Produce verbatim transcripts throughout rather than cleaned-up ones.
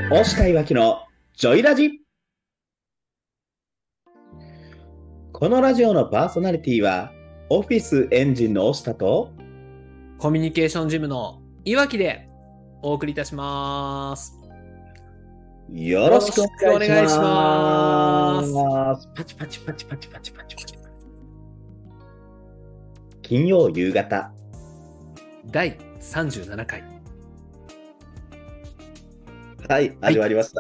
押田いわきのジョイラジ。このラジオのパーソナリティはオフィスエンジンの押田とコミュニケーションジムのいわきでお送りいたします。 よろしくお願いします。 ます。 パチパチパチパチパチパチパチ。金曜夕方だいさんじゅうななかい。 はい、始まりました。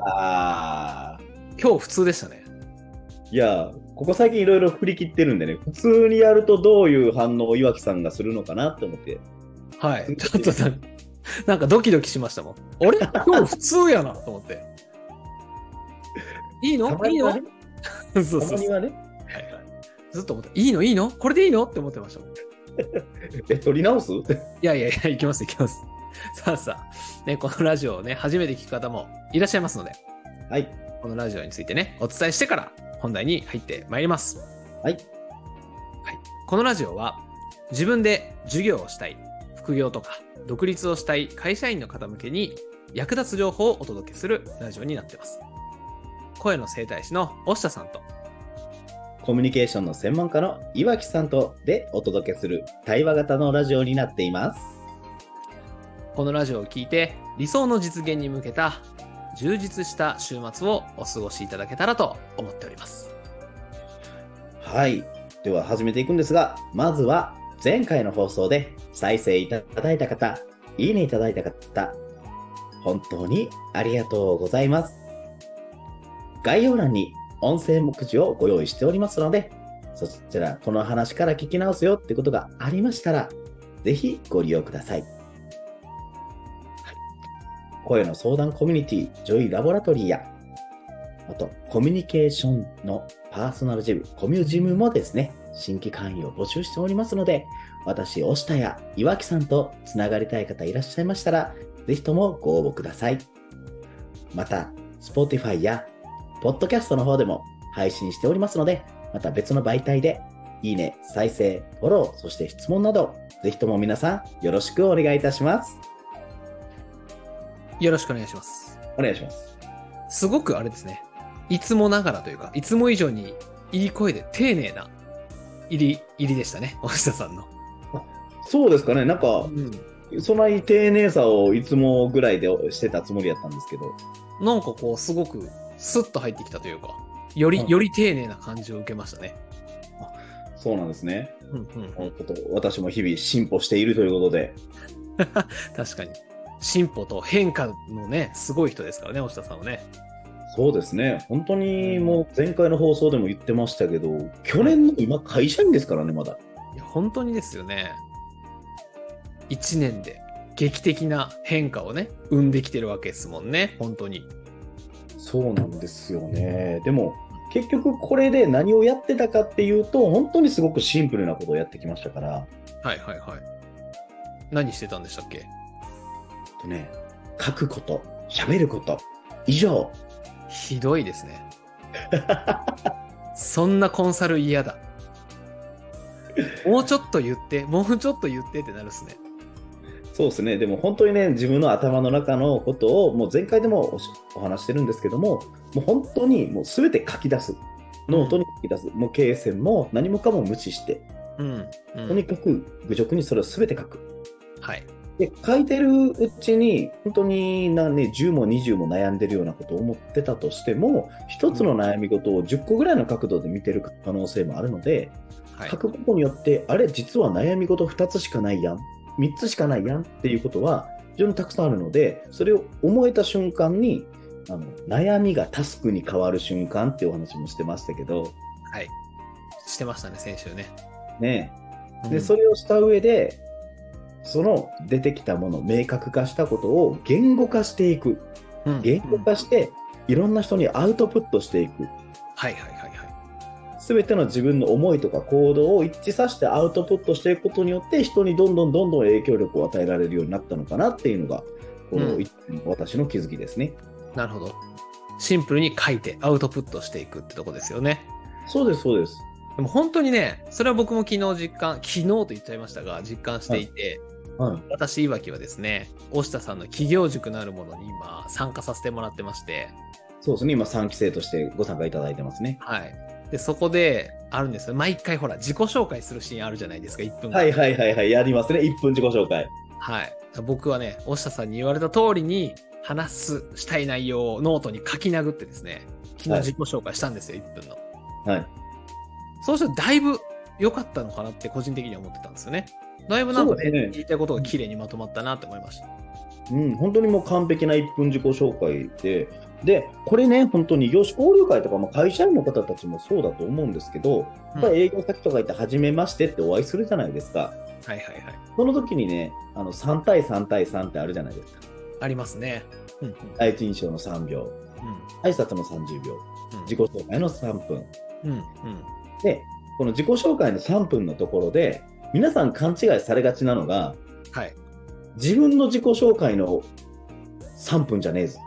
今日普通でしたね。 いや、ここ最近いろいろ振り切ってるんでね、普通にやるとどういう反応をいわきさんがするのかなって思って。 はい。ちょっとな、なんかドキドキしましたもん。あれ今日普通やなと思って。いいのいいのそうそうそう。 たまにはね。 はいはい。ずっと思って、いいのいいのこれでいいのって思ってましたもん。 え、撮り直す？いやいやいや、いきますいきます。さあさあ、ね、このラジオをね、初めて聞く方もいらっしゃいますので、 はい。 このラジオについてね、お伝えしてから本題に入ってまいります。 はい。 はい。このラジオは、自分で授業をしたい、副業とか、独立をしたい会社員の方向けに役立つ情報をお届けするラジオになっています。声の整体師の押田さんと、 コミュニケーションの専門家の岩木さんとでお届けする対話型のラジオになっています。 このラジオを聞いて理想の実現に向けた充実した週末をお過ごしいただけたらと思っております。 はい。では始めていくんですが、まずは前回の放送で再生いただいた方、いいねいただいた方、本当にありがとうございます。概要欄に音声目次をご用意しておりますので、そちらこの話から聞き直すよってことがありましたら、ぜひご利用ください。はい、声の相談コミュニティジョイラボラトリーや、あとコミュニケーションのパーソナルジム、コミュジムもですね、新規会員を募集しておりますので、私、押田や岩木さんとつながりたい方いらっしゃいましたら、ぜひともご応募ください。また、Spotify やポッドキャストの方でも配信しておりますので、また別の媒体でいいね、再生、フォロー、そして質問など、ぜひとも皆さんよろしくお願いいたします。 よろしくお願いします。 お願いします。 すごくあれですね、いつもながらというか、いつも以上にいい声で丁寧な入り、入りでしたね、押田さんの。 そうですかね、なんか、 うん、 そんなに丁寧さをいつもぐらいでしてたつもりやったんですけど。 なんかこう、すごくスッと入ってきたというか、より、より丁寧な感じを受けましたね。 あ、そうなんですね。 うんうんうん、 ちょっと私も日々進歩しているということで。 確かに。進歩と変化のね、すごい人ですからね、押田さんはね。 そうですね。本当にもう前回の放送でも言ってましたけど、去年の今会社員ですからね、まだ。 いや、本当にですよね。いちねんで劇的な変化をね、生んできてるわけですもんね、本当に。 そうなんですよね。でも、結局これで何をやってたかっていうと、本当にすごくシンプルなことをやってきましたから。 はいはいはい。何してたんでしたっけ？ とね、書くこと、喋ること、以上。 ひどいですね。そんなコンサル嫌だ。もうちょっと言って、もうちょっと言ってってなるっすね。 そうですね。でも本当にね、自分の頭の中のことを、もう前回でも お, お話してるんですけども、もう本当にもう全て書き出す。ノートに書き出す。もう経線も何もかも無視して、 うんうん、 とにかく愚直にそれを全て書く。 はい。 で、書いてるうちに、本当にな、ね、じゅうもにじゅうも悩んでるようなことを思ってたとしても、一つの悩み事をじゅっこぐらいの角度で見てる可能性もあるので、 はい、 書くことによって、あれ、実は悩み事ふたつしかないやん。みっつしかないやんっていうことは非常にたくさんあるので、それを思えた瞬間にあの悩みがタスクに変わる瞬間っていうお話もしてましたけど、 はい、してましたね、先週ね。 ねえ、で、 うん、 それをした上で、その出てきたもの、明確化したことを言語化していく。 うん、 言語化して、いろんな人にアウトプットしていく。 はいはいはいはい。 すべての自分の思いとか行動を一致させてアウトプットしていくことによって、人にどんどんどんどん影響力を与えられるようになったのかなっていうのが、この、うん、私の気づきですね。 なるほど。シンプルに書いてアウトプットしていくってとこですよね。 そうですそうです。 でも本当にね、それは僕も昨日実感、昨日と言っちゃいましたが、実感していて、 はい。 私、いわきはですね、大下さんの企業塾なるものに今参加させてもらってまして、 そうですね。今さんき生としてご参加いただいてますね。 はい。で、そこであるんですよ。毎回ほら、自己紹介するシーンあるじゃないですか、いっぷんかん。 はいはいはいはい。やりますね。いっぷん自己紹介。 はい。僕はね、大下さんに言われた通りに話す、したい内容をノートに書き殴ってですね、昨日自己紹介したんですよ、いっぷんの。 はい。 そうしたらだいぶ良かったのかなって個人的には思ってたんですよね。だいぶなんかね、 ね、 言いたいことが綺麗にまとまったなって思いました。 うん、本当にもう完璧ないっぷん自己紹介で、で、これね、本当に異業種交流会とか、まあ、会社員の方たちもそうだと思うんですけど、やっぱり営業先とか行って、はじめましてってお会いするじゃないですか。 はいはいはい。 その時にね、あのさん対さん対さんってあるじゃないですか。 ありますね。うんうん、 第一印象のさんびょう、うん、挨拶のさんじゅうびょう、うん、自己紹介のさんぷん。うんうん、で、この自己紹介のさんぷんのところで、皆さん勘違いされがちなのが、 はい、 自分の自己紹介のさんぷんじゃねえぞ。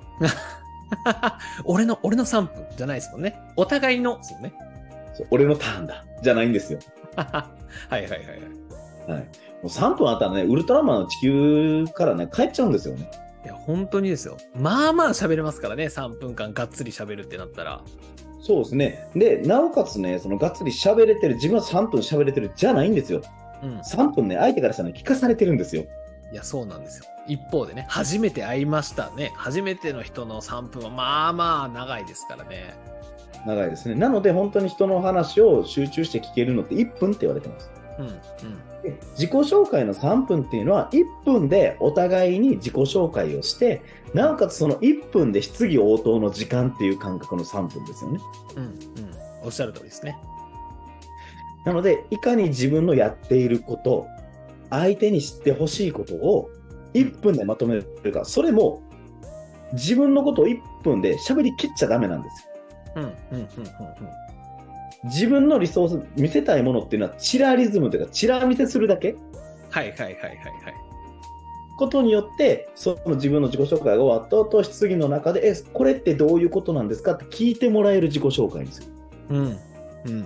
俺の、俺のさんぷんじゃないですもんね。お互いのですよね。 俺のターンだ。じゃないんですよ。 はいはいはいはい。 はい、もうさんぷんあったらね、ウルトラマンの地球からね、帰っちゃうんですよね。 いや、本当にですよ。まあまあ喋れますからね、さんぷんかんがっつり喋るってなったら。 そうですね。で、なおかつね、そのがっつり喋れてる、自分はさんぷん喋れてるじゃないんですよ。うん、さんぷんね、相手からしたら聞かされてるんですよ。 いや、そうなんですよ。一方でね、初めて会いましたね。初めての人のさんぷんはまあまあ長いですからね。 長いですね。なので、本当に人の話を集中して聞けるのっていっぷんって言われてます。うんうん、で自己紹介のさんぷんっていうのはいっぷんでお互いに自己紹介をして、なおかつそのいっぷんで質疑応答の時間っていう感覚のさんぷんですよね。 うんうん、おっしゃる通りですね。 なので、いかに自分のやっていること、相手に知ってほしいことをいっぷんでまとめるか、それも自分のことをいっぷんで喋りきっちゃダメなんですよ。うんうんうんうんうん、自分の理想を見せたいものっていうのはチラリズムというかチラ見せするだけ、 はいはいはいはいはい、 ことによってその自分の自己紹介が終わった後、質疑の中でえこれってどういうことなんですかって聞いてもらえる自己紹介ですよ。うんうん、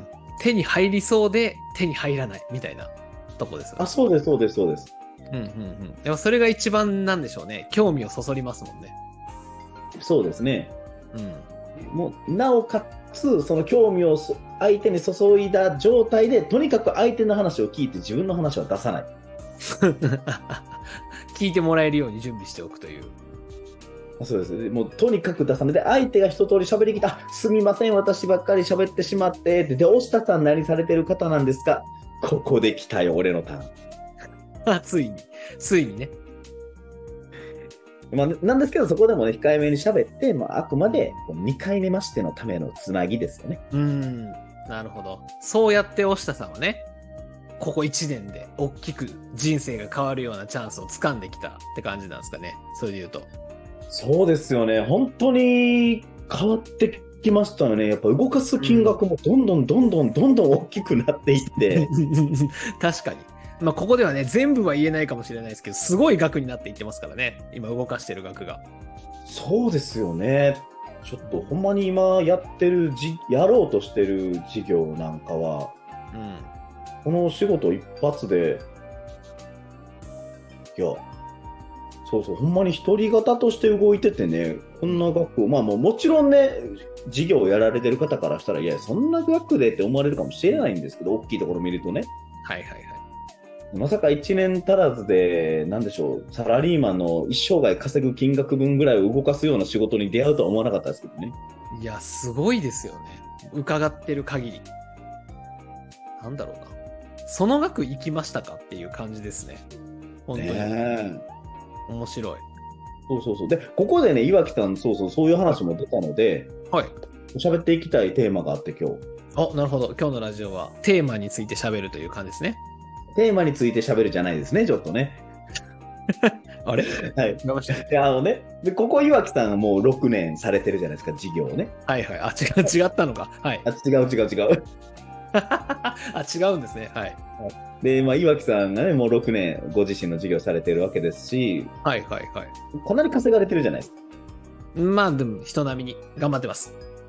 手に入りそうで手に入らないみたいなとこですよね。 あ、そうですそうですそうです。 うんうんうん。でもそれが一番なんでしょうね。興味をそそりますもんね。 そうですね。うん。もうなおかつその興味を相手に注いだ状態で、とにかく相手の話を聞いて自分の話は出さない。 聞いてもらえるように準備しておくという。 そうです。もうとにかく出さないで、相手が一通り喋りきた、すみません私ばっかり喋ってしまってで、大下さん何されてる方なんですか、ここで来たよ俺のターン。 あ、ついについにね。 まあ、なんですけど、そこでもね、控えめに喋って、まあ、あくまでにかいめましてのためのつなぎですよね。 うーん、なるほど。そうやって大下さんはね、ここいちねんで大きく人生が変わるようなチャンスを掴んできたって感じなんですかね。それで言うと。 そうですよね。本当に変わってきましたよね。やっぱ動かす金額もどんどんどんどんどんどん大きくなっていって。 確かに。まあ、ここではね、全部は言えないかもしれないですけど、すごい額になっていってますからね。今動かしてる額が。 そうですよね。ちょっとほんまに今やってるじ、やろうとしてる事業なんかは、うん、この仕事一発で、いや、そうそう、ほんまに一人型として動いててね、こんな額を、まあもうもちろんね、事業をやられてる方からしたら、いや、そんな額でって思われるかもしれないんですけど、大きいところ見るとね。 はいはいはい。 まさかいちねん足らずで、なんでしょう、サラリーマンの一生涯稼ぐ金額分ぐらいを動かすような仕事に出会うとは思わなかったですけどね。 いや、すごいですよね。伺ってる限り。なんだろうな。その額行きましたかっていう感じですね。本当に。ね、面白い。 そうそうそう。で、ここでね、岩城さん、そうそう、そういう話も出たので、はい。喋っていきたいテーマがあって、今日。 あ、なるほど。今日のラジオはテーマについて喋るという感じですね。 テーマについて喋るじゃないですね、ちょっとね。 あれはい。で、あのね、で、ここ岩城さんはもうろくねんされてるじゃないですか、事業をね。 はいはい。あ、違う、違ったのか。はい。 あ、違う違う違う。 あ、違うんですね。はい。 で、まあ、岩城さんがね、もうろくねんご自身の事業されてるわけですし、 はいはいはい。 かなり稼がれてるじゃないですか。 まあ、でも人並みに頑張ってます。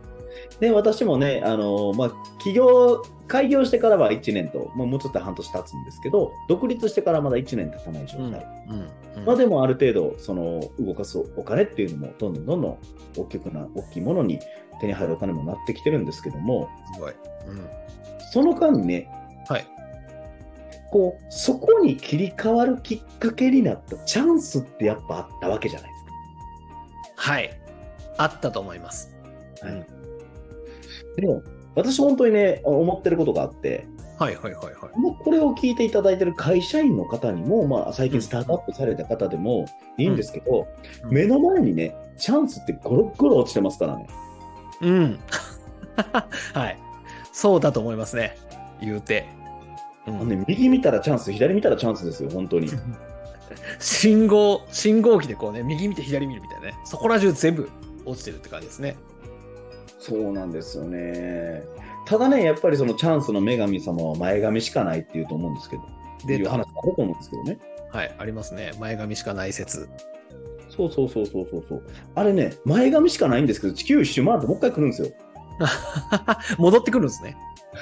で、私もね、あのまあ、起業、開業してからはいちねんと、もうちょっと半年経つんですけど、独立してからまだいちねん経たない状態。 うんうんうん、 まあでもある程度、その動かすお金っていうのも、どんどんどんどん大きくな、大きいものに手に入るお金もなってきてるんですけども、 すごい。うん、 その間にね、 はい。 こう、そこに切り替わるきっかけになったチャンスってやっぱあったわけじゃないですか。 はい。あったと思います。 はい。 うん、 でも、私本当にね、思ってることがあって、 はいはいはいはい。 もうこれを聞いていただいている会社員の方にも、まあ、最近スタートアップされた方でもいいんですけど、 うんうん、 目の前にね、チャンスってゴロゴロ落ちてますからね。 うん。はい。そうだと思いますね。言うて。 うん、あのね、右見たらチャンス、左見たらチャンスですよ、本当に。 信号、信号機でこうね、右見て左見るみたいなね。そこら中全部落ちてるって感じですね。 そうなんですよね。ただね、やっぱりそのチャンスの女神様は前髪しかないっていうと思うんですけど、っていう話あると思うんですけどね。 はい、ありますね。前髪しかない説。 そうそうそうそうそうそう。あれね、前髪しかないんですけど、地球一周回ってもう一回来るんですよ。 戻ってくるんですね。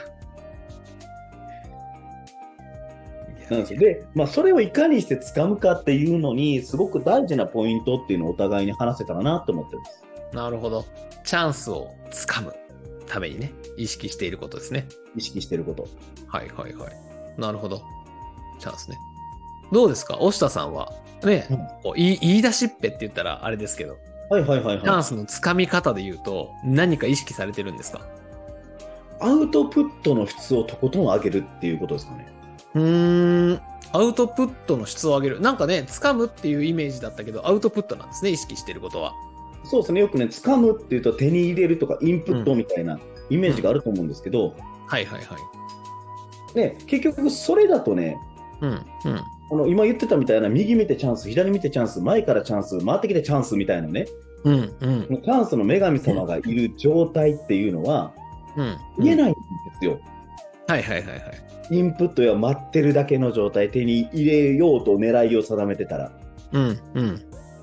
なんですよ。で、まあ、それをいかにして掴むかっていうのに、すごく大事なポイントっていうのをお互いに話せたらなと思ってます。 なるほど。チャンスを掴むためにね、意識していることですね。 意識していること。 はいはいはい。なるほど。チャンスね。どうですか、押田さんは。ね、うん、こう言い、言い出しっぺって言ったらあれですけど、 はいはいはいはい。 チャンスの掴み方で言うと、何か意識されてるんですか？ アウトプットの質をとことん上げるっていうことですかね。 うーん、アウトプットの質を上げる。なんかね、掴むっていうイメージだったけど、アウトプットなんですね、意識していることは。 そうですね、よくね、掴むっていうと手に入れるとかインプットみたいなイメージがあると思うんですけど、うんうん、 はいはいはい。 で、結局それだとね、 うんうん、 あの今言ってたみたいな右見てチャンス、左見てチャンス、前からチャンス、回ってきてチャンスみたいなね、 うんうん、 チャンスの女神様がいる状態っていうのは、 うん、 見えないんですよ。 はいはいはいはい。 インプットや待ってるだけの状態、手に入れようと狙いを定めてたら。 うんうん。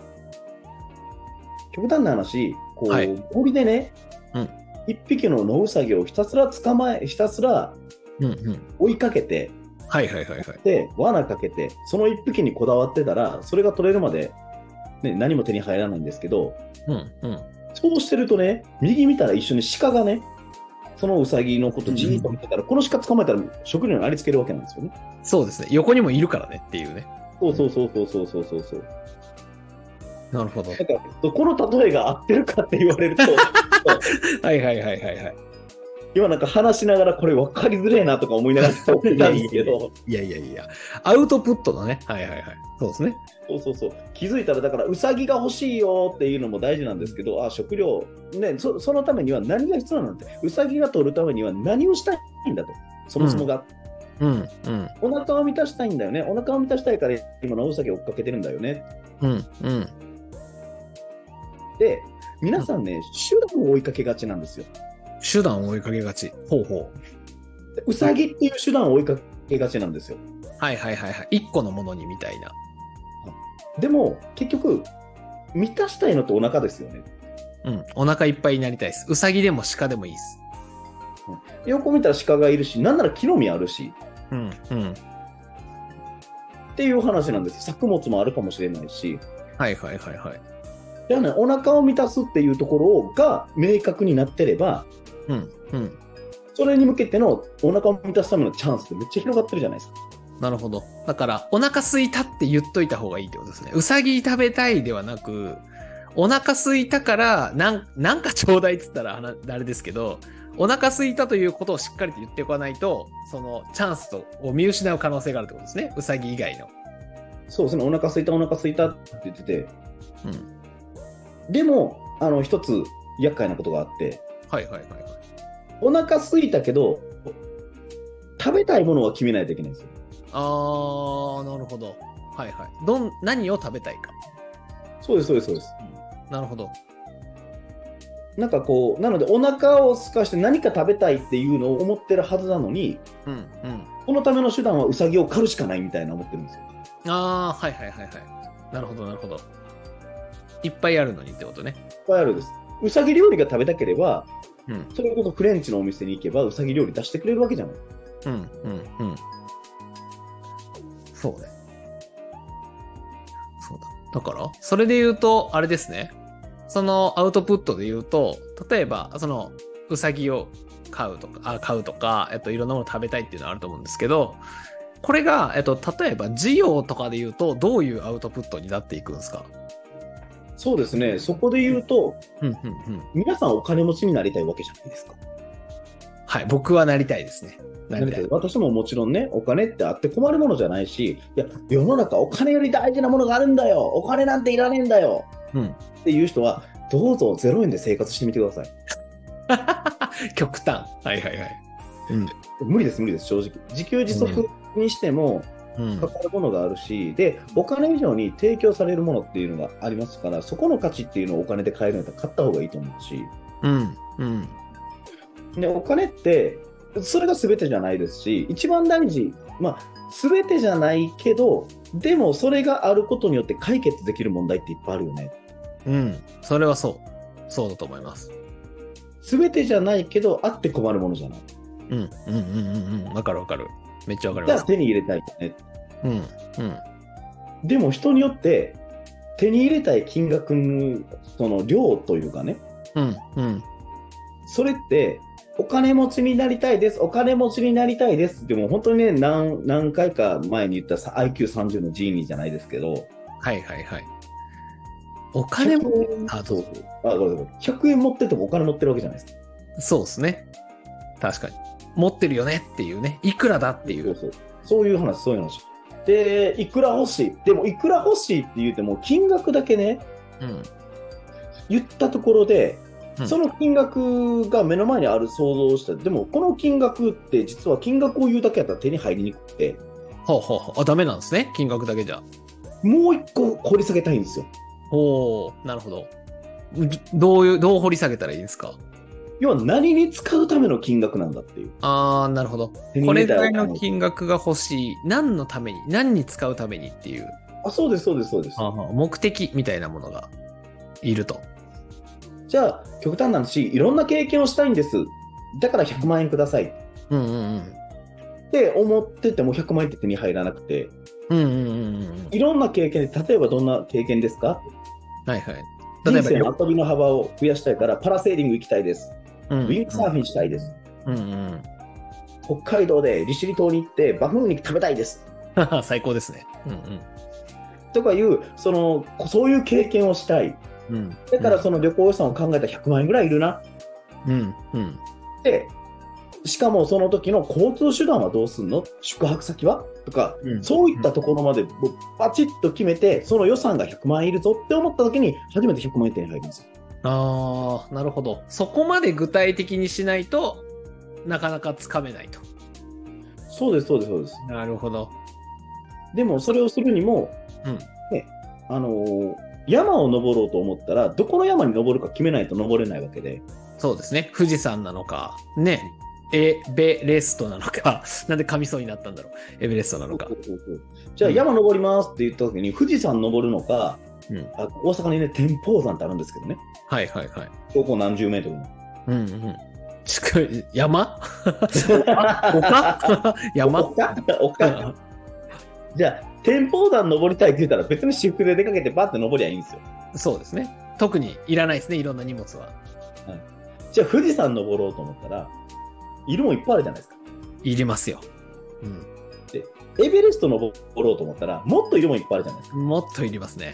極端な話、こう、 はい、 森でね、 うん、 一匹の野ウサギをひたすら捕まえ、ひたすら追いかけて、 うんうん、はいはいはいはい。 で、罠かけて、その一匹にこだわってたら、それが取れるまで、ね、何も手に入らないんですけど、 うんうん、 そうしてるとね、右見たら一緒に鹿がね、そのウサギのことじーっと見てたら、うん、この鹿捕まえたら食料にありつけるわけなんですよね。 そうですね。横にもいるからねっていうね。 そうそうそうそうそうそうそう。 なるほど。 なんかこの例えが合ってるかって言われると、 はいはいはいはいはい。 今なんか話しながらこれ分かりづれえなとか思いながら言ってたんですけど、 いやいやいや、アウトプットのね、はいはいはい、そうですね。 そうそうそう、気づいたらだからウサギが欲しいよっていうのも大事なんですけど、あ、食料ね、そ、そのためには何が必要なんて、ウサギが取るためには何をしたいんだと、そもそもが、 うんうんうん、 お腹を満たしたいんだよね、お腹を満たしたいから今のウサギを追っかけてるんだよね。 うんうん。 で、皆さんね、手段を追いかけがちなんですよ。 手段を追いかけがち。ほうほう。ウサギっていう手段を追いかけがちなんですよ。 はいはいはいはい。一個のものにみたいな。 でも、結局、満たしたいのってお腹ですよね。 うん。お腹いっぱいになりたいです。ウサギでも鹿でもいいです。 うん、横見たら鹿がいるし、なんなら木の実あるし。 うんうん。 っていう話なんです。作物もあるかもしれないし。 はいはいはいはい。 じゃあね、お腹を満たすっていうところが明確になってれば、 うんうん、 それに向けてのお腹を満たすためのチャンスってめっちゃ広がってるじゃないですか。 なるほど。だからお腹空いたって言っといた方がいいってことですね。うさぎ食べたいではなく、お腹空いたからなんなんかちょうだいっつったらあれですけど、お腹空いたということをしっかりと言っておかないと、そのチャンスとを見失う可能性があるってことですね。うさぎ以外の。 そうですね。お腹空いたお腹空いたって言ってて、 うん。 でも、あの、一つ厄介なことがあって、 はいはいはいはい。 お腹空いたけど、食べたいものは決めないといけないんですよ。 あー、なるほど。はいはい。どん、何を食べたいか。 そうです、そうです、そうです。 うん、なるほど。 なんかこう、なのでお腹を空かして何か食べたいっていうのを思ってるはずなのに、 うんうん。 そのための手段はウサギを狩るしかないみたいな思ってるんですよ。 あー、はいはいはいはい。なるほどなるほど。いっぱいあるのにってことね。 いっぱいあるです。うさぎ料理が食べたければ、 うん。 それこそフレンチのお店に行けばうさぎ料理出してくれるわけじゃない。 うん。うん。うん。そうね。そうだ。だから、それで言うと、あれですね。そのアウトプットで言うと、例えば、その、うさぎを飼うとか、あ、飼うとか、えっと、いろんなもの食べたいっていうのはあると思うんですけど、これが、えっと、例えば、事業とかで言うと、どういうアウトプットになっていくんですか？ そうですね。そこで言うと、 うん、うん、うん。 皆さんお金持ちになりたいわけじゃないですか。 はい、僕はなりたいですね。なりたい。 私ももちろんね、お金ってあって困るものじゃないし、いや、世の中お金より大事なものがあるんだよ。お金なんていらねえんだよ。 うん。 っていう人は、どうぞゼロえんで生活してみてください。 極端。はいはいはい。 うん、無理です、無理です、正直。自給自足にしても、かかるものがあるし、うん、で、お金以上に提供されるものっていうのがありますから、そこの価値っていうのをお金で買えるんだったら買った方がいいと思うし。 うん。うん。 で、お金って、それが全てじゃないですし、一番大事、まあ、全てじゃないけど、でもそれがあることによって解決できる問題っていっぱいあるよね。 うん、それはそう。そうだと思います。 全てじゃないけど、あって困るものじゃない。 うん、うん、うん、うん、うん。わかるわかる。めっちゃわかります。 じゃあ手に入れたいよね。 うん、うん。 でも人によって、手に入れたい金額のその量というかね。 うん、うん。 それって、お金持ちになりたいです、お金持ちになりたいです。でも本当にね、何、何回か前に言った アイキューさんじゅう のジーニーじゃないですけど、 はいはいはい。お金も、 あ、そうそう。あ、ごめんなさい。ひゃくえん持っててもお金持ってるわけじゃないですか。 そうですね。確かに。持ってるよねっていうね。いくらだっていう。 そうそう。そういう話、そういう話。で、いくら欲しい。でも、いくら欲しいって言うても、金額だけね、 うん、 言ったところで、 うん、 その金額が目の前にある想像をした。でも、この金額って実は金額を言うだけやったら手に入りにくくて。 ほうほうほう。あ、ダメなんですね。金額だけじゃ。 もう一個掘り下げたいんですよ。 おー、なるほど。どういう、どう掘り下げたらいいんですか？ 要は何に使うための金額なんだっていう。 あー、なるほど。これぐらいの金額が欲しい。何のために、何に使うためにっていう。 あ、そうです、そうです、そうです。 目的みたいなものがいると。 じゃあ、極端な話、いろんな経験をしたいんです。だからひゃくまんえんください。 うんうんうん。 って思っててもひゃくまんえんって手に入らなくて。 うんうんうんうん。 いろんな経験で、例えばどんな経験ですか？ はいはい。 例えば人生の遊びの幅を増やしたいから、パラセーリング行きたいです。うんうん、ウィングサーフィンしたいです。 うんうん、 北海道で利尻島に行ってバフン肉食べたいです。 最高ですね。うんうん、 とかいうその、そういう経験をしたい。うん、だからその旅行予算を考えたらひゃくまんえんぐらいいるな。 うんうん、 で、しかもその時の交通手段はどうすんの？宿泊先はとか、うん、そういったところまでバチッと決めて、その予算がひゃくまんえんいるぞって思った時に初めてひゃくまんえん手に入るんですよ。 ああ、なるほど。そこまで具体的にしないとなかなかつかめないと。 そうです、そうです、そうです。 なるほど。 でもそれをするにも、うんね、あのー、山を登ろうと思ったら、どこの山に登るか決めないと登れないわけで。 そうですね。富士山なのか、ね、エベレストなのか、なんで噛みそうになったんだろう。エベレストなのか。そうそうそうじゃあ山登りますって言った時に、富士山登るのか、うん、あ大阪にね、天保山ってあるんですけどね。 はいはいはい。 標高何十メートルの。 うんうん。近い、山丘山丘丘じゃあ、天保山登りたいって言ったら別に私服で出かけてバーって登りゃいいんですよ。 そうですね。特にいらないですね、いろんな荷物は。 はい、じゃあ、富士山登ろうと思ったら、いるもんいっぱいあるじゃないですか。 いりますよ。うん。 で、エベレスト登ろうと思ったら、もっといるもんいっぱいあるじゃないですか。 もっといりますね。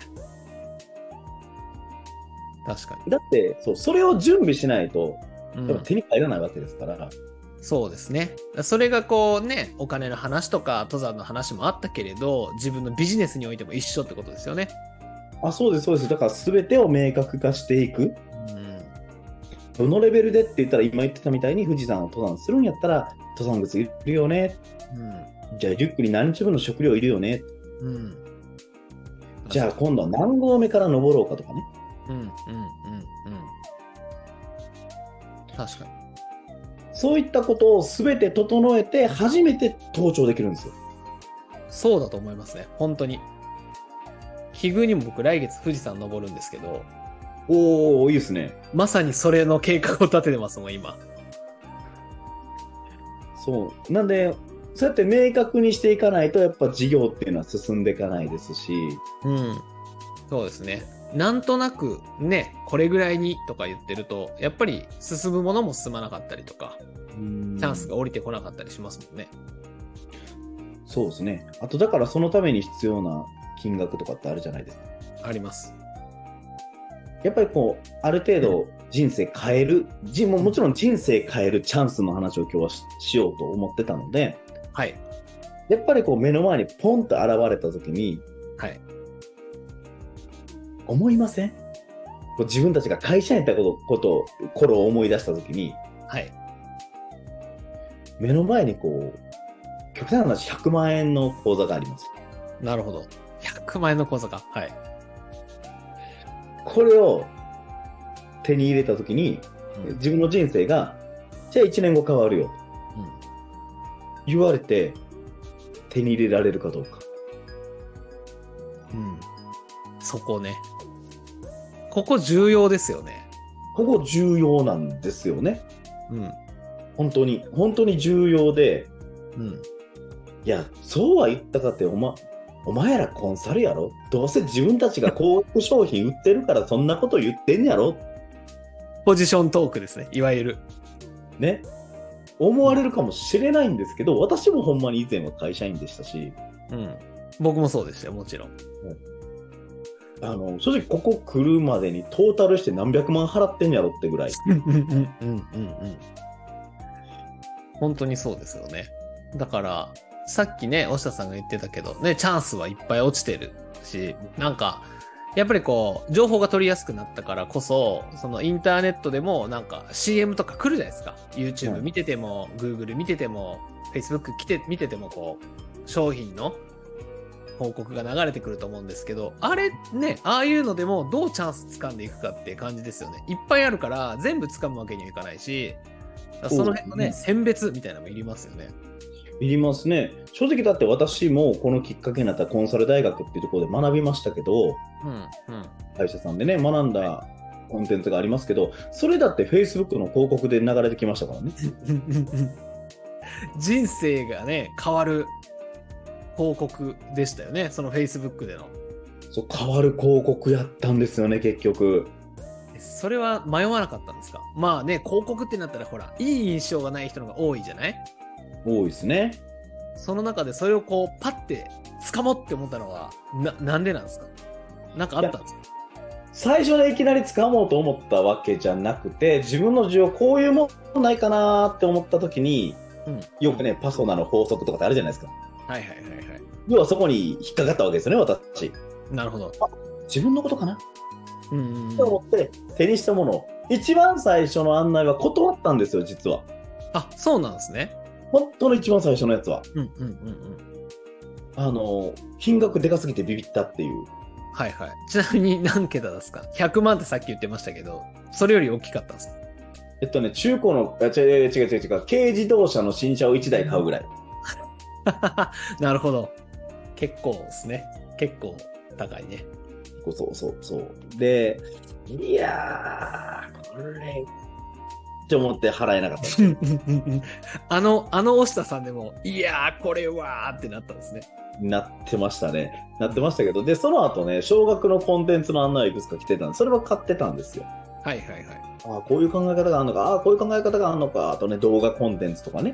確かに。 だって、そう、それを準備しないと、やっぱ手に入らないわけですから。うん、 そうですね。それがこうね、お金の話とか登山の話もあったけれど、自分のビジネスにおいても一緒ってことですよね。 あ、そうです、そうです。だから全てを明確化していく。うん、どのレベルでって言ったら、今言ってたみたいに富士山を登山するんやったら、登山靴いるよね。うん、じゃあ、リュックに何日分の食料いるよね。うん、じゃあ、今度は何合目から登ろうかとかね。うんうんうんうん。 確かに。 そういったことを全て整えて初めて登頂できるんですよ。 そうだと思いますね。本当に。奇遇にも僕来月富士山登るんですけど、 おー、いいですね。 まさにそれの計画を立ててますもん、今。 そう。なんで、そうやって明確にしていかないと、やっぱ事業っていうのは進んでいかないですし。 うん。そうですね。なんとなくね、これぐらいにとか言ってると、やっぱり進むものも進まなかったりとか、チャンスが降りてこなかったりしますもんね。 そうですね。あと、だからそのために必要な金額とかってあるじゃないですか。 あります。 やっぱりこう、ある程度人生変える、じももちろん人生変えるチャンスの話を今日は し, しようと思ってたので、 はい。 やっぱりこう目の前にポンと現れた時に、 はい。 思いません？こう自分たちが会社にいたこと、こと頃を思い出した時に、 はい。 目の前にこう、極端な話ひゃくまんえんの口座があります。 なるほど。ひゃくまんえんの口座か。はい。 これを手に入れた時に、 うん、 自分の人生が、じゃあいちねんご変わるよ。うん、言われて、手に入れられるかどうか。 うん。そこね。ここ重要ですよね。 ここ重要なんですよね。 うん。 本当に、本当に重要で、 うん。 いや、そうは言ったかって、おま、お前らコンサルやろ？どうせ自分たちが広告商品売ってるからそんなこと言ってんやろ？ ポジショントークですね、いわゆる。 ね。思われるかもしれないんですけど、私もほんまに以前は会社員でしたし、 うん。僕もそうでしたよ、もちろん。 あの正直ここ来るまでにトータルして何百万払ってんやろってぐらい。 うんうんうんうんうん。本当にそうですよね。だから、さっきね、押田さんが言ってたけど、ね、チャンスはいっぱい落ちてるし、なんか、やっぱりこう、情報が取りやすくなったからこそ、そのインターネットでもなんか シーエム とか来るじゃないですか。YouTube 見てても、Google 見てても、Facebook 来て、見ててもこう、商品の報告が流れてくると思うんですけど、あれね、ああいうのでもどうチャンス掴んでいくかって感じですよね。いっぱいあるから全部掴むわけにはいかないし、その辺のね、選別みたいなのもいりますよね。 いりますね。正直だって私もこのきっかけになったコンサル大学っていうところで学びましたけど、 うんうん、 会社さんでね、学んだコンテンツがありますけど、それだって Facebook の広告で流れてきましたからね。 人生がね、変わる広告でしたよね、その Facebook での。 そう、変わる広告やったんですよね、結局。 それは迷わなかったんですか？まあね、広告ってなったらほら、いい印象がない人のが多いじゃない？ 多いですね。 その中でそれをこう、パッて掴もうって思ったのは、な、なんでなんですか？なんかあったんですか？ 最初でいきなり掴もうと思ったわけじゃなくて、自分の需要こういうものないかなって思った時に、うん、よくね、パソナの法則とかってあるじゃないですか。 はいはいはいはい。 要はそこに引っかかったわけですよね、私。 なるほど。 あ、自分のことかな、 うんうんうん、 と思って手にしたものを、一番最初の案内は断ったんですよ、実は。 あ、そうなんですね。 本当の一番最初のやつは。 うんうんうんうん。 あの、金額でかすぎてビビったっていう。 はいはい。ちなみに何桁ですか？ ひゃく 万ってさっき言ってましたけど、それより大きかったんですか？ えっとね、中古の、あ、違う違う違う違う違う、軽自動車の新車をいちだい買うぐらい。 なるほど。結構ですね。結構高いね。 そうそうそう。で、いやー、これ、って思って払えなかったあの、あの押田さんでも、いやー、これはーってなったんですね。 なってましたね。なってましたけど、で、その後ね、少額のコンテンツの案内いくつか来てたんで、それは買ってたんですよ。 はいはいはい。 ああ、こういう考え方があるのか、ああ、こういう考え方があるのか、あとね、動画コンテンツとかね、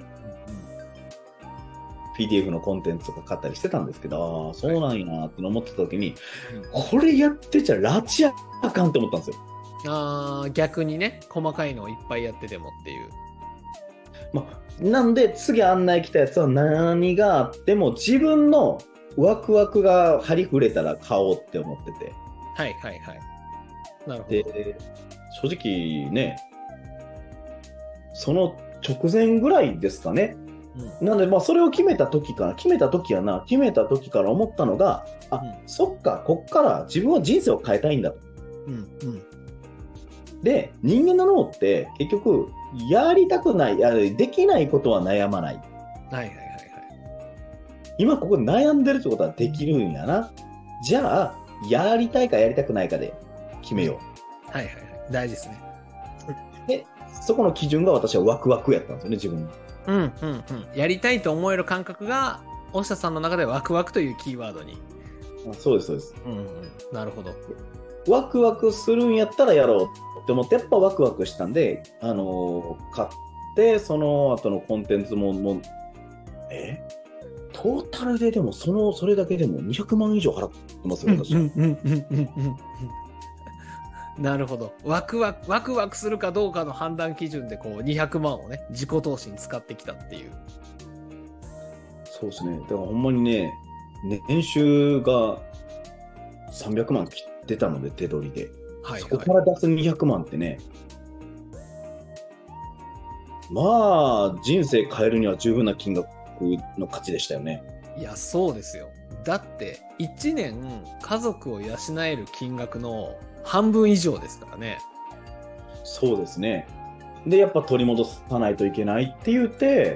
ピーディーエフ のコンテンツとか買ったりしてたんですけど、ああ、そうなんやなって思ってた時に、これやってちゃ拉致あかんって思ったんですよ。 ああ、逆にね、細かいのをいっぱいやっててもっていう。 まあ、なんで次案内来たやつは何があっても自分のワクワクが張り触れたら買おうって思ってて。 はいはいはい。なるほど。 で、正直ね、その直前ぐらいですかね。うん、なので、まあ、それを決めた時から、決めた時やな、決めた時から思ったのが、あ、うん、そっか、こっから自分は人生を変えたいんだと。うんうん、で、人間の脳って結局、やりたくない、やできないことは悩まない。 はいはいはいはい。 今ここで悩んでるってことはできるんやな。じゃあ、やりたいかやりたくないかで決めよう。 はいはいはい。大事ですね。 で、そこの基準が私はワクワクやったんですよね、自分の。 うんうんうん。やりたいと思える感覚が、大下さんの中でワクワクというキーワードに。 あ、そうです、そうです。 うんうん。なるほど。 ワクワクするんやったらやろうって思って、やっぱワクワクしたんで、あのー買って、その後のコンテンツも、もう、えトータルででも、その、それだけでもにひゃくまん以上払ってますよ、私。 うんうんうんうんうんうん。なるほど。ワクワク、ワクワクするかどうかの判断基準で、こう、にひゃくまんをね、自己投資に使ってきたっていう。 そうですね。だからほんまにね、年収がさんびゃくまん切ってたので、手取りで。 はい、はい。 そこから出すにひゃくまんってね、まあ、人生変えるには十分な金額の価値でしたよね。 いや、そうですよ。だって、いちねん家族を養える金額の半分以上ですからね。 そうですね。で、やっぱ取り戻さないといけないって言って、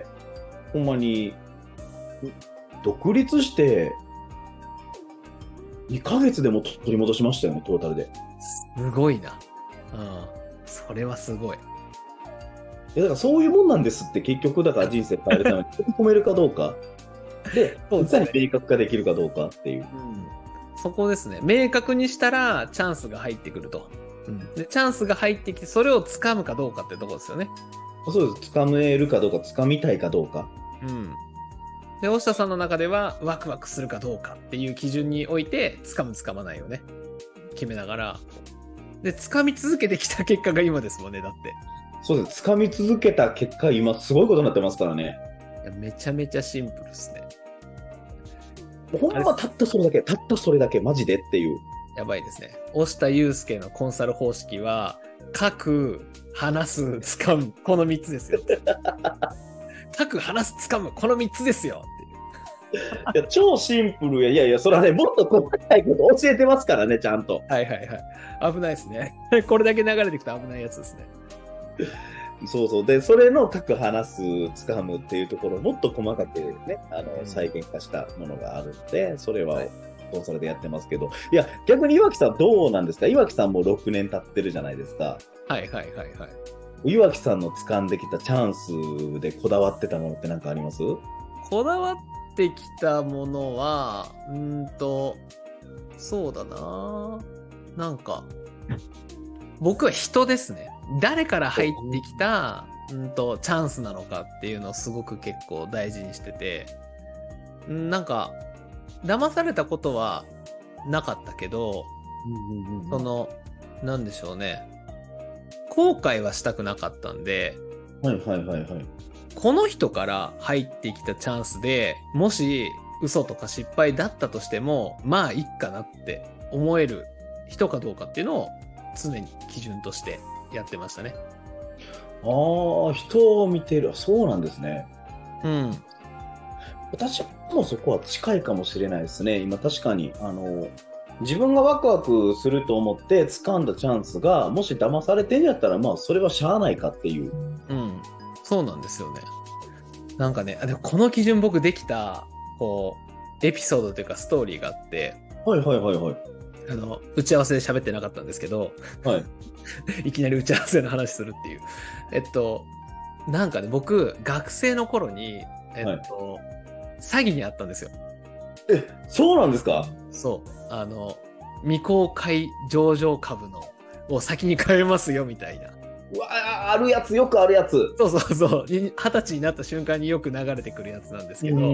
ほんまに、独立して、にかげつでも取り戻しましたよね、トータルで。 すごいな。うん。それはすごい。 いやだからそういうもんなんですって、結局だから人生変えるために取り込めるかどうかで、いかに明確化できるかどうかっていう、 うん、そこですね。明確にしたらチャンスが入ってくると、うん、でチャンスが入ってきてそれを掴むかどうかってところですよね。 そうです。掴めるかどうか、掴みたいかどうか。 うん。で、大下さんの中ではワクワクするかどうかっていう基準において掴む掴まないをね決めながら、で掴み続けてきた結果が今ですもんね。だってそうです。掴み続けた結果、今すごいことになってますからね。 いやめちゃめちゃシンプルですね。 ほんまたったそれだけ、たったそれだけ、マジでっていう。 やばいですね。押田祐介のコンサル方式は、書く、話す、掴む、このみっつですよ。書く、話す、掴む、このみっつですよいや超シンプルや。いやいや、それはね、もっと細かいこと教えてますからね、ちゃんと。 はいはいはい。危ないですね。これだけ流れていくと危ないやつですね。 そうそう。で、それの書く、話す、掴むっていうところをもっと細かくね、あの、 うん再現化したものがあるので、それは、 はいコンサルでやってますけど、いや、逆に岩木さんどうなんですか？岩木さんもろくねん経ってるじゃないですか。 はいはいはいはい。 岩木さんの掴んできたチャンスでこだわってたものって何かあります？ こだわってきたものは、うーんと、そうだななんか、僕は人ですね。誰から入ってきた、うんと、チャンスなのかっていうのをすごく結構大事にしてて、んなんか、騙されたことはなかったけど、 うんうんうん、 その、なんでしょうね。後悔はしたくなかったんで、 はいはいはいはい。 この人から入ってきたチャンスで、もし嘘とか失敗だったとしても、まあいっかなって思える人かどうかっていうのを常に基準としてやってましたね。 ああ、人を見てる。そうなんですね。 うん。 私もそこは近いかもしれないですね。今確かに、あの、自分がワクワクすると思って掴んだチャンスが、もし騙されてんやったら、まあ、それはしゃあないかっていう。 うん。そうなんですよね。なんかね、でもこの基準僕できた、こう、エピソードというかストーリーがあって、 はいはいはいはい。 あの、打ち合わせで喋ってなかったんですけど、 はい。 いきなり打ち合わせの話するっていう。えっと、なんかね、僕、学生の頃に、えっと、はい、詐欺にあったんですよ。 え、そうなんですか？ そう。あの、未公開上場株のを先に買えますよみたいな。 うわあ、あるやつ、よくあるやつ。 そうそうそう。二十歳になった瞬間によく流れてくるやつなんですけど、 うんうん、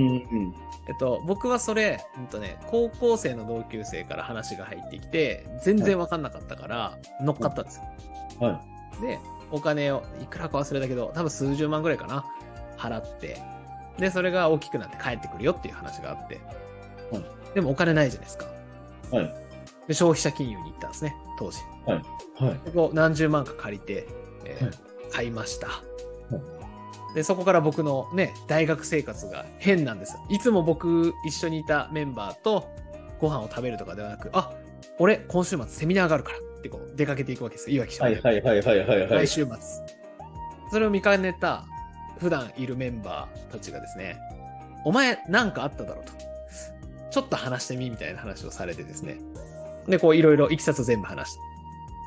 えっと、僕はそれ、うんとね、高校生の同級生から話が入ってきて、全然分かんなかったから乗っかったんですよ。 はい。 で、お金をいくらか忘れたけど、多分数十万ぐらいかな、払って、で、それが大きくなって帰ってくるよっていう話があって、はい、でもお金ないじゃないですか。 はい。 で、消費者金融に行ったんですね、当時。 はい。はい。 ここ何十万か借りて、えーはい、買いました。はい、で、そこから僕のね、大学生活が変なんですよ。いつも僕一緒にいたメンバーとご飯を食べるとかではなく、あ、俺今週末セミナーがあるからってこう出かけていくわけですよ。いわき市。 はいはいはいはいはいはい。 来週末。それを見かねた普段いるメンバーたちがですね、お前なんかあっただろうと。ちょっと話してみみたいな話をされてですね。で、こういろいろいきさつ全部話して。はい。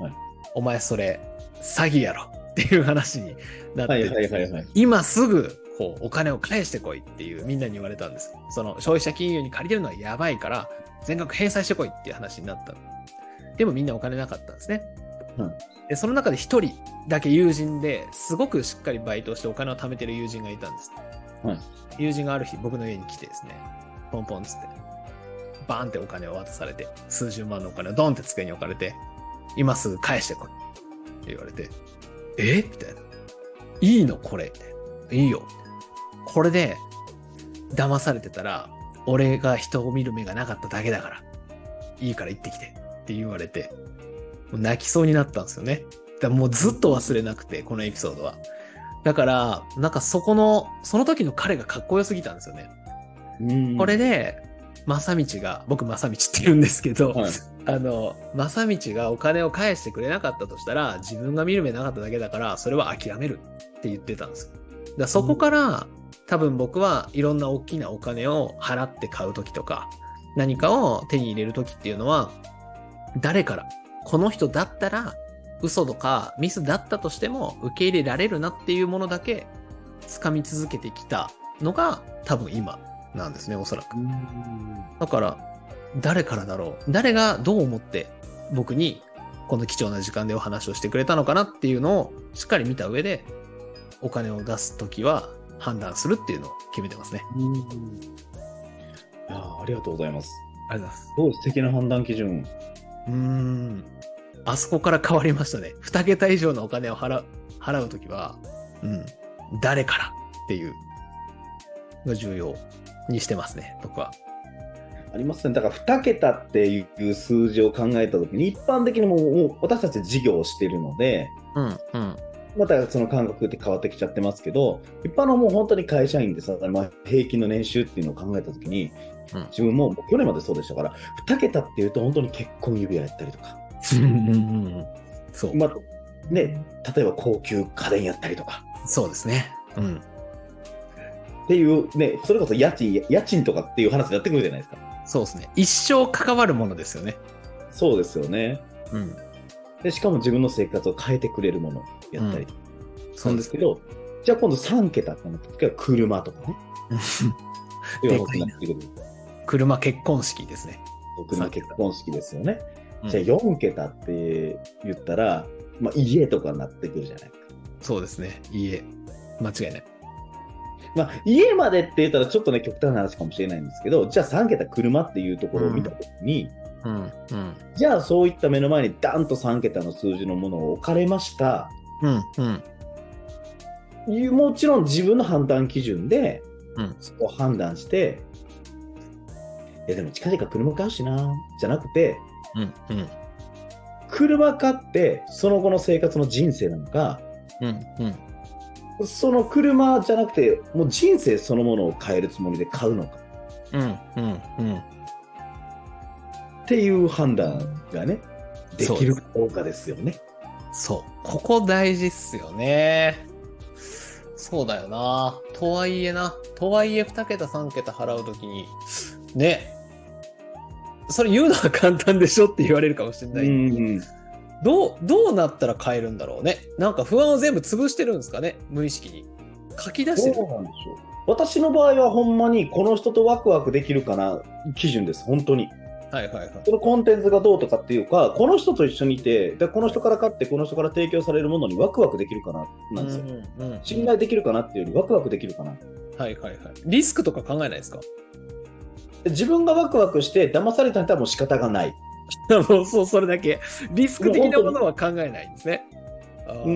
お前それ詐欺やろっていう話になって、 はいはいはいはい。 今すぐこうお金を返してこいっていうみんなに言われたんです。その消費者金融に借りてるのはやばいから全額返済してこいっていう話になった。でもみんなお金なかったんですね。 うん、 でその中で一人だけ友人ですごくしっかりバイトをしてお金を貯めてる友人がいたんです。 はい、 友人がある日僕の家に来てですね、ポンポンつってバーンってお金を渡されて、数十万のお金をドンって机に置かれて、今すぐ返してこいって言われて、えみたいな。いいのこれいいよ。これで騙されてたら俺が人を見る目がなかっただけだからいいから行ってきてって言われて、もう泣きそうになったんですよね。だからもうずっと忘れなくて、このエピソードは。だからなんかそこのその時の彼がかっこよすぎたんですよね。うんこれで正道が、僕正道って言うんですけど、はい、あの正道がお金を返してくれなかったとしたら自分が見る目なかっただけだからそれは諦めるって言ってたんですよ。だからそこから、うん、多分僕はいろんな大きなお金を払って買う時とか何かを手に入れる時っていうのは、誰からこの人だったら嘘とかミスだったとしても受け入れられるなっていうものだけ掴み続けてきたのが多分今なんですね、おそらく。だから誰からだろう、誰がどう思って僕にこの貴重な時間でお話をしてくれたのかなっていうのをしっかり見た上でお金を出すときは判断するっていうのを決めてますね。 うんいやありがとうございます。 ありがとうございます。 すごい素敵な判断基準。 うーんあそこから変わりましたね。に桁以上のお金を払う払うときは、うん、誰からっていうのが重要にしてますね、僕は。 ありますね。だからに桁っていう数字を考えたときに、一般的にもう私たち事業をしているので、 うんうん、 またその感覚って変わってきちゃってますけど、一般のもう本当に会社員でさ、まあ、平均の年収っていうのを考えたときに、うん、自分も去年までそうでしたから、に桁っていうと本当に結婚指輪やったりとか、そう、まあね、例えば高級家電やったりとか、 そうですね。うん。 っていうね、それこそ家賃家賃とかっていう話になってくるじゃないですか。 そうですね。一生関わるものですよね。 そうですよね。 うん。 でしかも自分の生活を変えてくれるものやったりとか、うん、そうですけど、じゃあ今度さん桁ってなった時は車とかね。 でかいな。車結婚式ですね。 車結婚式ですよね。うん、じゃあよん桁って言ったら、まあ、家とかになってくるじゃないですか。 そうですね。家。間違いない。 まあ、家までって言ったらちょっとね極端な話かもしれないんですけど、じゃあさん桁車っていうところを見たときに、うんうんうん、じゃあそういった目の前にダンとさん桁の数字のものを置かれました、うんうん、もちろん自分の判断基準で、うん、そこを判断して、いやでも近々車買うしなじゃなくて、うんうん、車買ってその後の生活の人生なのか、うんうん、その車じゃなくてもう人生そのものを変えるつもりで買うのか、うんうんうん、っていう判断がねできるかどうかですよね。 そう、ここ大事っすよね。そうだよな。とはいえな、とはいえに桁さん桁払うときにね、それ言うのは簡単でしょって言われるかもしれない。うんうん、どうどうなったら変えるんだろうね。なんか不安を全部潰してるんですかね、無意識に書き出してる。 そうなんでしょう。私の場合はほんまにこの人とワクワクできるかな基準です。本当に。はいはいはい。そのコンテンツがどうとかっていうか、この人と一緒にいて、でこの人から買ってこの人から提供されるものにワクワクできるかななんですよ。うんうんうん、信頼できるかなっていうよりワクワクできるかな。 はいはいはい。リスクとか考えないですか？ 自分がワクワクして騙されたんだったらもう仕方がない。 もうそう、それだけリスク的なものは考えないんですね。 うん、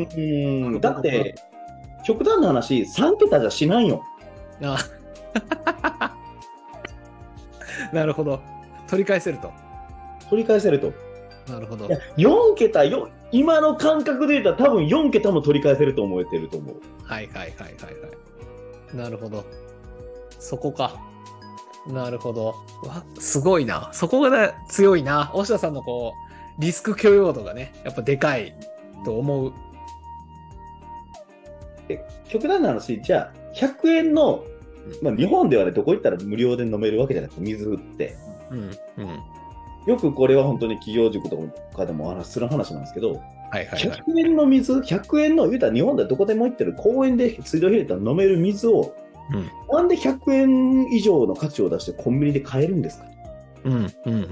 だって極端な話さん桁じゃしないよ。あなるほど。取り返せると。 取り返せると。 なるほど。 よん桁よ、今の感覚で言ったら多分よん桁も取り返せると思えてると思う。 はいはいはいはいはい。なるほど。そこか。なるほど。わ、すごいな。そこが、ね、強いな。大下さんのこうリスク許容度がね、やっぱでかいと思う。 で極端な話、じゃあひゃくえんの、まあ、日本ではねどこ行ったら無料で飲めるわけじゃなくて水って、うんうん、よくこれは本当に企業塾とかでもお話する話なんですけど、 はいはいはい。 ひゃくえんの水、ひゃくえんの、言うたら日本でどこでも行ってる公園で水道入れたら飲める水を、 うんなんでひゃくえん以上の価値を出してコンビニで買えるんですか？ うんうんうんうん。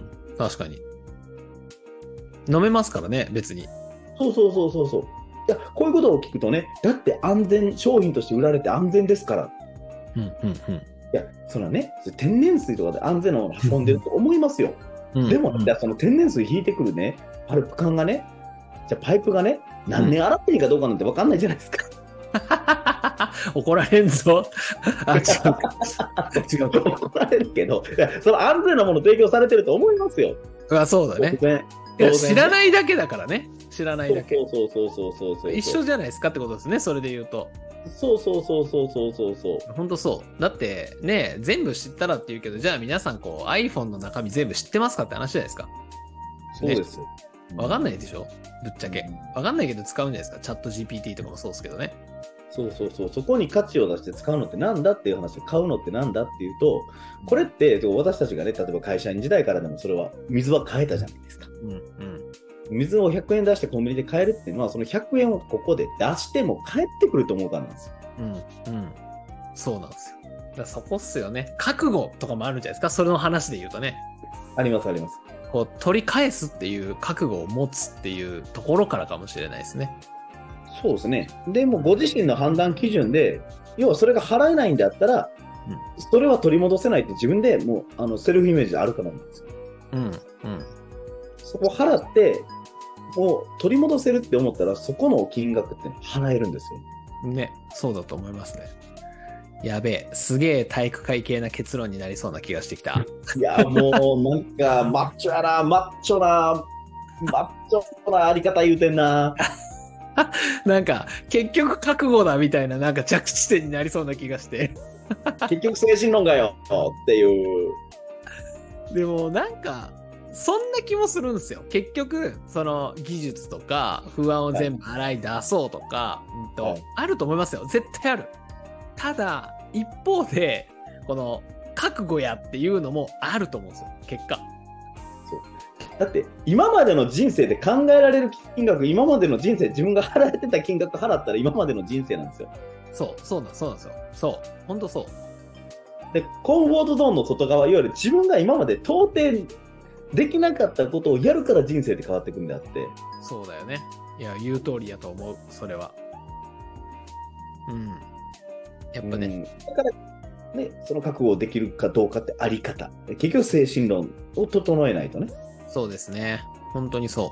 確かに。飲めますからね、別に。 そうそうそうそうそう。いや、こういうことを聞くとね、だって安全、商品として売られて安全ですから。 うんうんうん。 いや、それはね、天然水とかで安全なものを運んでると思いますよ。 うんでも、 うんじゃあその天然水引いてくるね、パルプ管がね、じゃあパイプがね、何年洗っていいかどうかなんて分かんないじゃないですか。 怒られんぞ。あ、違うか。違うか。 怒られるけど、いやその安全なもの提供されてると思いますよ。 あ、そうだね。 当然いや当然知らないだけだからね。知らないだけ。 そうそうそうそうそうそう。 一緒じゃないですかってことですね、それで言うと。 そうそうそうそうそうそうそう。 本当そう。だってね、全部知ったらって言うけど、じゃあ皆さんこう iPhone の中身全部知ってますかって話じゃないですか。 そうですよ。 わかんないでしょぶっちゃけ。わかんないけど使うんじゃないですか。チャット ジーピーティー とかもそうですけどね。 そうそうそう。そこに価値を出して使うのってなんだっていう話で、買うのってなんだっていうと、これって私たちがね、例えば会社員時代からでもそれは水は買えたじゃないですか。 うんうん。 水をひゃくえん出してコンビニで買えるっていうのは、そのひゃくえんをここで出しても返ってくると思うからなんですよ。 うんうん。そうなんですよ。だからそこっすよね。覚悟とかもあるんじゃないですか。それの話で言うとね。 ありますあります。 こう取り返すっていう覚悟を持つっていうところからかもしれないですね。 そうですね。でもご自身の判断基準で、要はそれが払えないんであったら、うん、それは取り戻せないって自分でもうあのセルフイメージであるからなんですよ。 うんうん。 そこ払ってもう取り戻せるって思ったら、そこの金額って払えるんですよ。 ね、そうだと思いますね。やべえ、すげえ体育会系な結論になりそうな気がしてきた。 いや、もうなんかマッチョやな、マッチョな、マッチョなあり方言うてんな。 なんか結局覚悟だみたいな、なんか着地点になりそうな気がして結局精神論がよっていう。 でもなんかそんな気もするんですよ。結局その技術とか不安を全部洗い出そうとか、はいうんとはい、あると思いますよ。絶対ある。ただ一方でこの覚悟やっていうのもあると思うんですよ。結果だって今までの人生で考えられる金額、今までの人生、自分が払えてた金額払ったら今までの人生なんですよ。 そうそうなんそうなんですよ。そう本当そう。 でコンフォートゾーンの外側、いわゆる自分が今まで到底できなかったことをやるから人生って変わっていくんであって。 そうだよね。いや言う通りやと思う。それはうんやっぱね、うん、 だからね、その覚悟できるかどうかってあり方、結局精神論を整えないとね。 そうですね。本当にそう。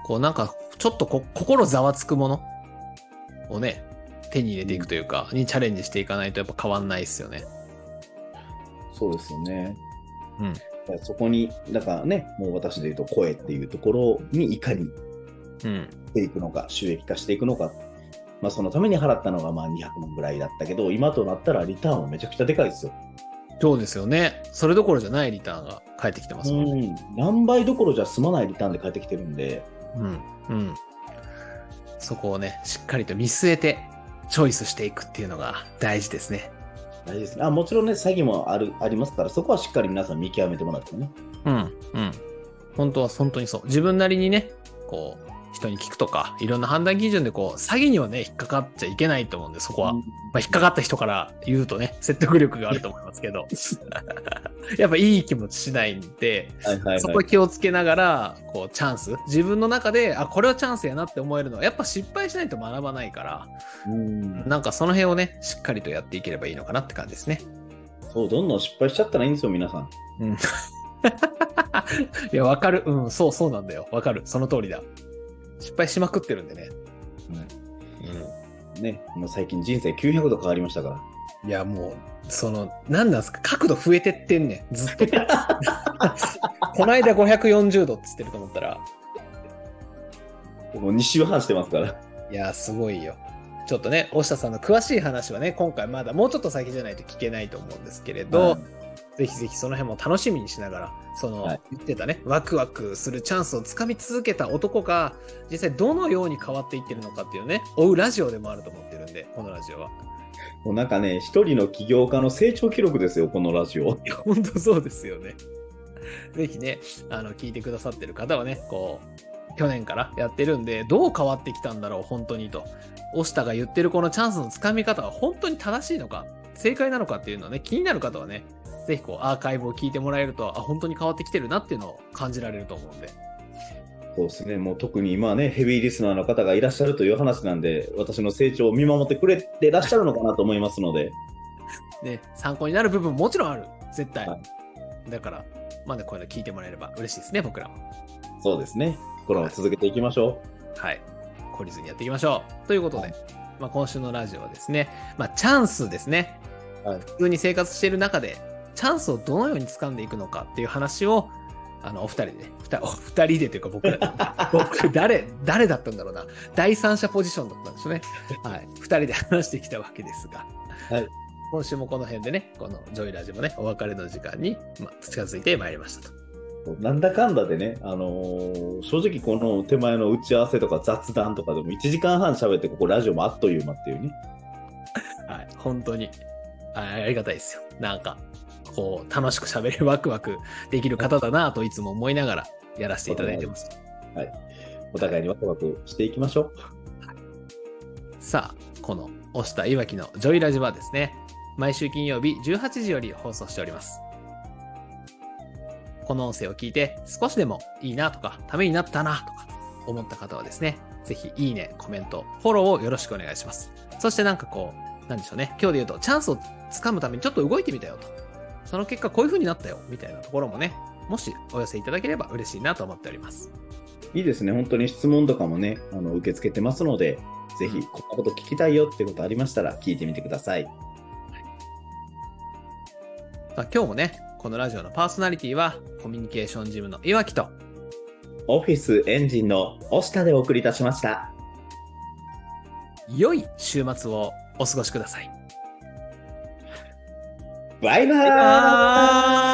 こうなんかちょっとこ心ざわつくものをね手に入れていくというか、うん、にチャレンジしていかないとやっぱ変わんないですよね。 そうですよね。 うん。 そこにだからね、もう私で言うと声っていうところにいかにしていくのか、うん、収益化していくのか。まあそのために払ったのがまあにひゃくまんぐらいだったけど、今となったらリターンはめちゃくちゃでかいですよ。 そうですよね。それどころじゃないリターンが返ってきてますもんね。 うん、何倍どころじゃ済まないリターンで返ってきてるんで、 うんうん、そこをねしっかりと見据えてチョイスしていくっていうのが大事ですね。 大事ですね。あ、もちろんね詐欺もあるありますから、そこはしっかり皆さん見極めてもらってね。 うんうん。本当は本当にそう。自分なりにねこう人に聞くとかいろんな判断基準でこう詐欺にはね引っかかっちゃいけないと思うんで、そこは、うん、まあ、引っかかった人から言うとね説得力があると思いますけどやっぱいい気持ちしないんで、はいはいはい、そこ気をつけながらこうチャンス自分の中であこれはチャンスやなって思えるのはやっぱ失敗しないと学ばないから、うん、なんかその辺をねしっかりとやっていければいいのかなって感じですね。 そうどんどん失敗しちゃったらいいんですよ皆さん、 うん、いやわかる、うんそうそうなんだよわかるその通りだ。失敗しまくってるんでね。 うん。ね、もう最近人生きゅうひゃくど変わりましたから。 いやもうその何なんですか角度増えてってんねんずっと。この間ごひゃくよんじゅうどっつってると思ったら。 もうに周半してますから。 いやすごいよ。ちょっとね大下さんの詳しい話はね今回まだもうちょっと先じゃないと聞けないと思うんですけれど。はい、ぜひぜひその辺も楽しみにしながらその、はい、言ってたねワクワクするチャンスをつかみ続けた男が実際どのように変わっていってるのかっていうね追うラジオでもあると思ってるんでこのラジオはもうなんかね一人の起業家の成長記録ですよこのラジオ。 いや本当そうですよね。ぜひねあの聞いてくださってる方はねこう去年からやってるんで、どう変わってきたんだろう、本当にと。押田が言ってるこのチャンスのつかみ方は本当に正しいのか、正解なのかっていうのはね、気になる方はね、ぜひこうアーカイブを聞いてもらえると、あ、本当に変わってきてるなっていうのを感じられると思うんで。 そうですね、もう特に今はね、ヘビーリスナーの方がいらっしゃるという話なんで、私の成長を見守ってくれてらっしゃるのかなと思いますので。 ね、参考になる部分ももちろんある。絶対。 はい、 だから、まだこういうの聞いてもらえれば嬉しいですね、僕らも。 そうですね。これを続けていきましょう。はい。懲りずにやっていきましょう。ということで、はい、まあ、今週のラジオはですね、まあ、チャンスですね。はい、普通に生活している中で、チャンスをどのように掴んでいくのかっていう話を、あの、お二人でね、お二人でというか僕ら、僕、誰、誰だったんだろうな。第三者ポジションだったんですよね。はい。二人で話してきたわけですが。はい。今週もこの辺でね、このジョイラジもね、お別れの時間に、まあ、近づいてまいりましたと。 なんだかんだでね、あのー、正直この手前の打ち合わせとか雑談とかでもいちじかんはん喋って、ここラジオもあっという間っていうね。 はい、本当にあ、ありがたいですよ。なんか、こう、楽しく喋れるワクワクできる方だなといつも思いながらやらせていただいてます。 はい。お互いにワクワクしていきましょう。はい、 さあ、この押田いわきのジョイラジはですね、毎週金曜日じゅうはちじより放送しております。この音声を聞いて少しでもいいなとか、ためになったなとか思った方はですね、ぜひいいね、コメント、フォローをよろしくお願いします。そしてなんかこう、なんでしょうね、今日で言うとチャンスをつかむためにちょっと動いてみたよと。その結果こういう風になったよみたいなところもね、もしお寄せいただければ嬉しいなと思っております。 いいですね、本当に質問とかもね、あの受け付けてますので、ぜひこんなこと聞きたいよってことありましたら聞いてみてください。はい、 まあ、今日もね、このラジオのパーソナリティはコミュニケーションジムの岩木とオフィスエンジンの押田でお送りいたしました。 良い週末をお過ごしください。 バイバーイ。